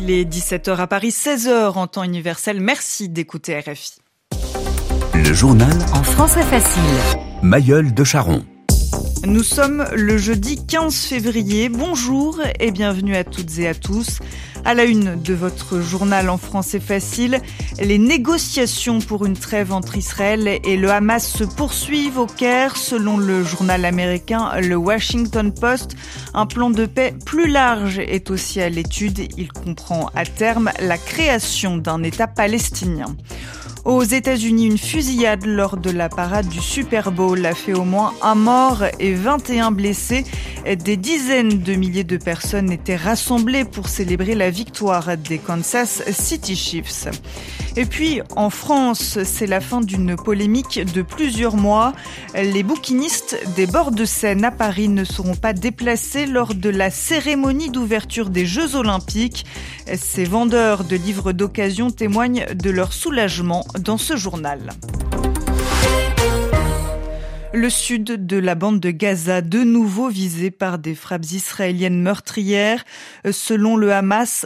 Il est 17h à Paris, 16h en temps universel. Merci d'écouter RFI. Le journal en français facile. Mayol de Charon. Nous sommes le jeudi 15 février. Bonjour et bienvenue à toutes et à tous. À la une de votre journal en français facile, les négociations pour une trêve entre Israël et le Hamas se poursuivent au Caire. Selon le journal américain le Washington Post, un plan de paix plus large est aussi à l'étude. Il comprend à terme la création d'un État palestinien. Aux États-Unis, une fusillade lors de la parade du Super Bowl a fait au moins un mort et 21 blessés. Des dizaines de milliers de personnes étaient rassemblées pour célébrer la victoire des Kansas City Chiefs. Et puis, en France, c'est la fin d'une polémique de plusieurs mois. Les bouquinistes des bords de Seine à Paris ne seront pas déplacés lors de la cérémonie d'ouverture des Jeux Olympiques. Ces vendeurs de livres d'occasion témoignent de leur soulagement dans ce journal. Le sud de la bande de Gaza, de nouveau visé par des frappes israéliennes meurtrières. Selon le Hamas,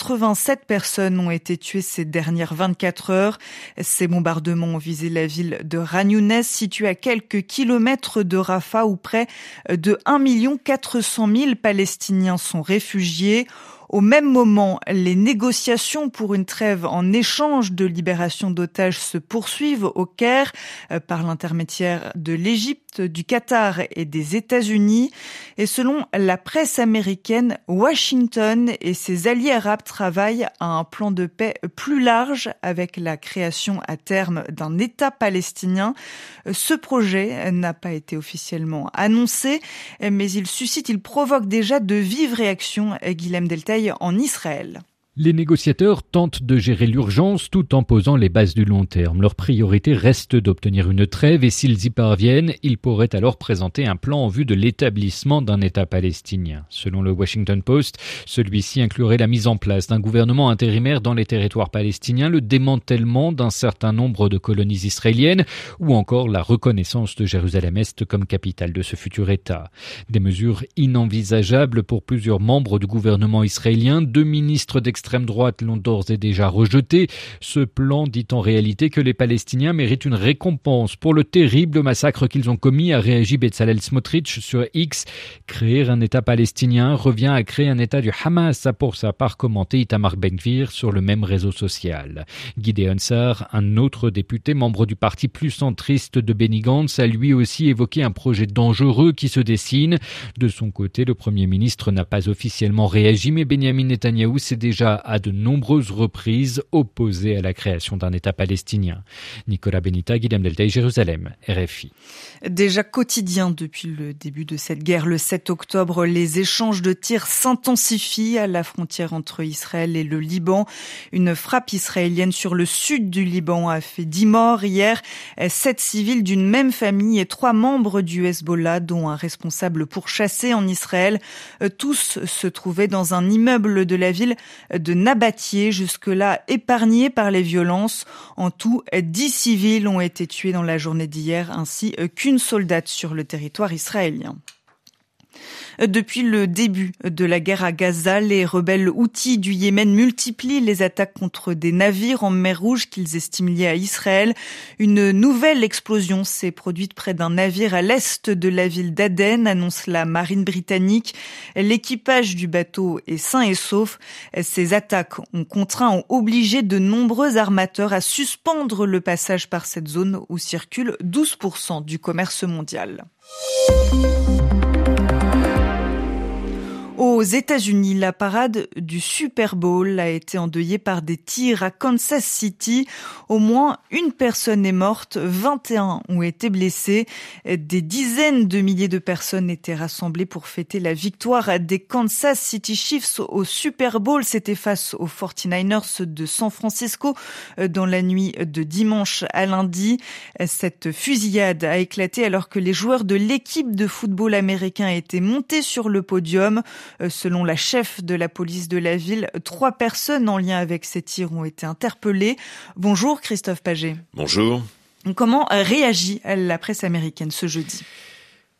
87 personnes ont été tuées ces dernières 24 heures. Ces bombardements ont visé la ville de Khan Younes, située à quelques kilomètres de Rafah, où près de 1 400 000 Palestiniens sont réfugiés. Au même moment, les négociations pour une trêve en échange de libération d'otages se poursuivent au Caire par l'intermédiaire de l'Égypte, du Qatar et des États-Unis. Et selon la presse américaine, Washington et ses alliés arabes travaillent à un plan de paix plus large avec la création à terme d'un État palestinien. Ce projet n'a pas été officiellement annoncé, mais il provoque déjà de vives réactions. Guilhem Deltaï en Israël. Les négociateurs tentent de gérer l'urgence tout en posant les bases du long terme. Leur priorité reste d'obtenir une trêve et s'ils y parviennent, ils pourraient alors présenter un plan en vue de l'établissement d'un État palestinien. Selon le Washington Post, celui-ci inclurait la mise en place d'un gouvernement intérimaire dans les territoires palestiniens, le démantèlement d'un certain nombre de colonies israéliennes ou encore la reconnaissance de Jérusalem-Est comme capitale de ce futur État. Des mesures inenvisageables pour plusieurs membres du gouvernement israélien. 2 ministres d'extrême droite l'ont d'ores et déjà rejeté. Ce plan dit en réalité que les Palestiniens méritent une récompense pour le terrible massacre qu'ils ont commis, a réagi Bezalel Smotrich sur X. Créer un État palestinien revient à créer un État du Hamas, a pour sa part commenté Itamar Ben-Gvir sur le même réseau social. Gideon Sa'ar, un autre député membre du parti plus centriste de Benny Gantz, a lui aussi évoqué un projet dangereux qui se dessine. De son côté, le Premier ministre n'a pas officiellement réagi, mais Benjamin Netanyahou s'est déjà à de nombreuses reprises opposé à la création d'un État palestinien. Nicolas Benita, Guilhem Deltaï, Jérusalem, RFI. Déjà quotidien depuis le début de cette guerre, le 7 octobre, les échanges de tirs s'intensifient à la frontière entre Israël et le Liban. Une frappe israélienne sur le sud du Liban a fait 10 morts hier. 7 civils d'une même famille et 3 membres du Hezbollah, dont un responsable pourchassé en Israël. Tous se trouvaient dans un immeuble de la ville de Nabatieh, jusque-là épargnés par les violences. En tout, 10 civils ont été tués dans la journée d'hier, ainsi qu'une soldate sur le territoire israélien. Depuis le début de la guerre à Gaza, les rebelles houthis du Yémen multiplient les attaques contre des navires en mer Rouge qu'ils estiment liés à Israël. Une nouvelle explosion s'est produite près d'un navire à l'est de la ville d'Aden, annonce la marine britannique. L'équipage du bateau est sain et sauf. Ces attaques ont obligé de nombreux armateurs à suspendre le passage par cette zone où circule 12% du commerce mondial. Aux États-Unis, la parade du Super Bowl a été endeuillée par des tirs à Kansas City. Au moins une personne est morte, 21 ont été blessés. Des dizaines de milliers de personnes étaient rassemblées pour fêter la victoire des Kansas City Chiefs au Super Bowl. C'était face aux 49ers de San Francisco dans la nuit de dimanche à lundi. Cette fusillade a éclaté alors que les joueurs de l'équipe de football américain étaient montés sur le podium. Selon la chef de la police de la ville, 3 personnes en lien avec ces tirs ont été interpellées. Bonjour Christophe Paget. Bonjour. Comment réagit la presse américaine ce jeudi ?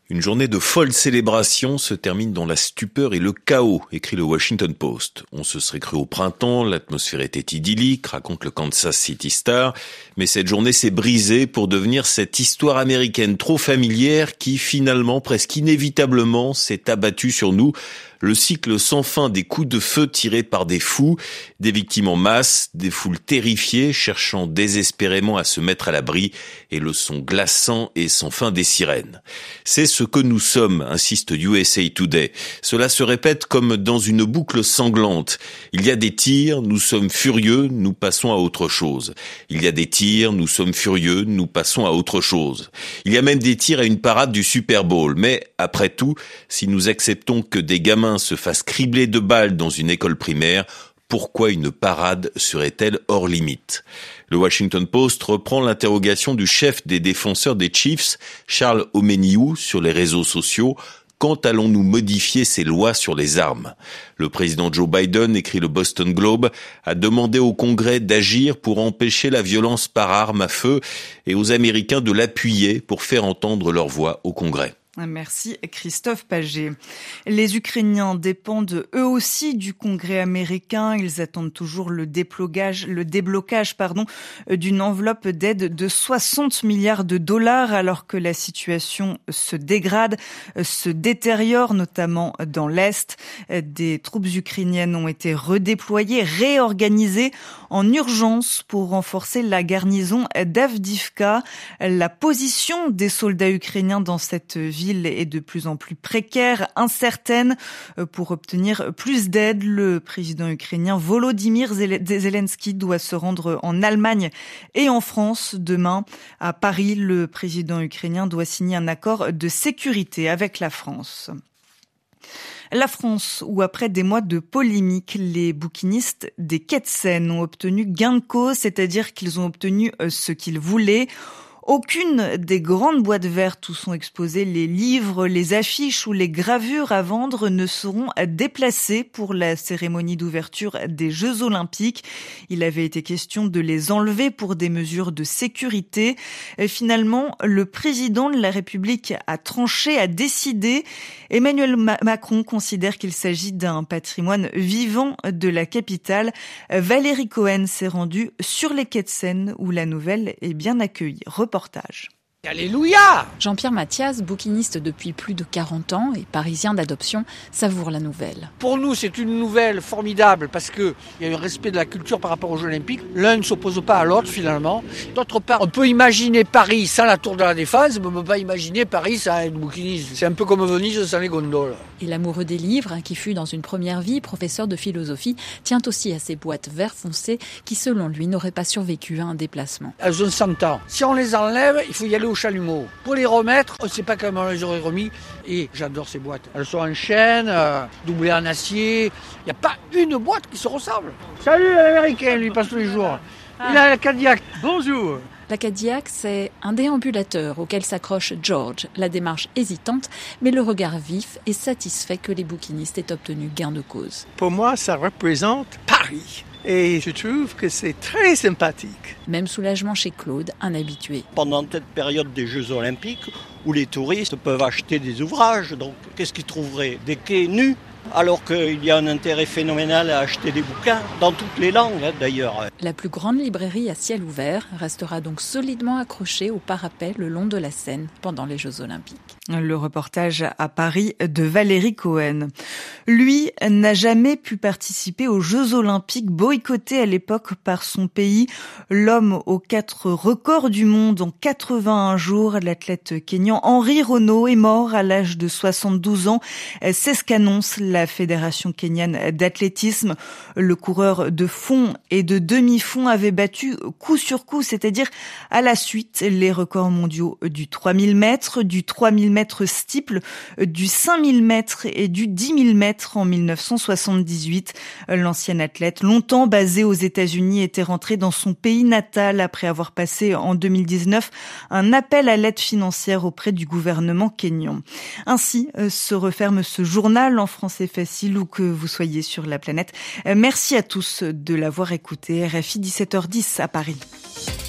Une journée de folle célébration se termine dans la stupeur et le chaos, écrit le Washington Post. On se serait cru au printemps, l'atmosphère était idyllique, raconte le Kansas City Star, mais cette journée s'est brisée pour devenir cette histoire américaine trop familière qui finalement, presque inévitablement, s'est abattue sur nous. Le cycle sans fin des coups de feu tirés par des fous, des victimes en masse, des foules terrifiées cherchant désespérément à se mettre à l'abri et le son glaçant et sans fin des sirènes. C'est ce que nous sommes, insiste USA Today. Cela se répète comme dans une boucle sanglante. Il y a des tirs, nous sommes furieux, nous passons à autre chose. Il y a des tirs, nous sommes furieux, nous passons à autre chose. Il y a même des tirs à une parade du Super Bowl. Mais après tout, si nous acceptons que des gamins se fassent cribler de balles dans une école primaire, pourquoi une parade serait-elle hors limite ? Le Washington Post reprend l'interrogation du chef des défenseurs des Chiefs, Charles Omenihu, sur les réseaux sociaux. Quand allons-nous modifier ces lois sur les armes ? Le président Joe Biden, écrit le Boston Globe, a demandé au Congrès d'agir pour empêcher la violence par arme à feu et aux Américains de l'appuyer pour faire entendre leur voix au Congrès. Merci Christophe Paget. Les Ukrainiens dépendent eux aussi du Congrès américain. Ils attendent toujours le déblocage d'une enveloppe d'aide de 60 milliards de dollars alors que la situation se dégrade, se détériore, notamment dans l'Est. Des troupes ukrainiennes ont été redéployées, réorganisées en urgence pour renforcer la garnison d'Avdiivka. La position des soldats ukrainiens dans cette ville est de plus en plus précaire, incertaine. Pour obtenir plus d'aide, le président ukrainien Volodymyr Zelensky doit se rendre en Allemagne et en France demain. À Paris, le président ukrainien doit signer un accord de sécurité avec la France. La France, où après des mois de polémique, les bouquinistes des quais de Seine ont obtenu gain de cause, c'est-à-dire qu'ils ont obtenu ce qu'ils voulaient. Aucune des grandes boîtes vertes où sont exposés les livres, les affiches ou les gravures à vendre ne seront déplacées pour la cérémonie d'ouverture des Jeux Olympiques. Il avait été question de les enlever pour des mesures de sécurité. Et finalement, le président de la République a tranché, a décidé. Emmanuel Macron considère qu'il s'agit d'un patrimoine vivant de la capitale. Valérie Cohen s'est rendue sur les quais de Seine où la nouvelle est bien accueillie. Reportage. Alléluia ! Jean-Pierre Mathias, bouquiniste depuis plus de 40 ans et parisien d'adoption, savoure la nouvelle. Pour nous, c'est une nouvelle formidable parce qu'il y a un respect de la culture par rapport aux Jeux Olympiques. L'un ne s'oppose pas à l'autre finalement. D'autre part, on peut imaginer Paris sans la Tour de la Défense, mais on ne peut pas imaginer Paris sans être bouquiniste. C'est un peu comme Venise sans les gondoles. Et l'amoureux des livres, qui fut dans une première vie professeur de philosophie, tient aussi à ces boîtes vert foncé qui, selon lui, n'auraient pas survécu à un déplacement. Elles ont 100 ans. Si on les enlève, il faut y aller au chalumeau. Pour les remettre, on ne sait pas comment on les aurait remis. Et j'adore ces boîtes. Elles sont en chêne, doublées en acier. Il n'y a pas une boîte qui se ressemble. Salut l'Américain, lui passe tous les jours. Il a la Cadillac. Bonjour. La Cadillac, c'est un déambulateur auquel s'accroche George, la démarche hésitante, mais le regard vif et satisfait que les bouquinistes aient obtenu gain de cause. Pour moi, ça représente Paris. Et je trouve que c'est très sympathique. Même soulagement chez Claude, un habitué. Pendant cette période des Jeux Olympiques, où les touristes peuvent acheter des ouvrages, donc qu'est-ce qu'ils trouveraient ? Des quais nus ? Alors qu'il y a un intérêt phénoménal à acheter des bouquins, dans toutes les langues d'ailleurs. La plus grande librairie à ciel ouvert restera donc solidement accrochée au parapet le long de la Seine pendant les Jeux Olympiques. Le reportage à Paris de Valérie Cohen. Lui n'a jamais pu participer aux Jeux Olympiques boycottés à l'époque par son pays. L'homme aux 4 records du monde en 81 jours, l'athlète kényan Henri Rono est mort à l'âge de 72 ans. C'est ce qu'annonce la Fédération kenyane d'athlétisme. Le coureur de fond et de demi-fond avait battu coup sur coup, c'est-à-dire à la suite, les records mondiaux du 3000 mètres, du 3000 mètres steeple, du 5000 mètres et du 10 000 mètres en 1978. L'ancien athlète, longtemps basé aux États-Unis, était rentré dans son pays natal après avoir passé en 2019 un appel à l'aide financière auprès du gouvernement kényan. Ainsi se referme ce journal en français facile où que vous soyez sur la planète. Merci à tous de l'avoir écouté. RFI 17h10 à Paris.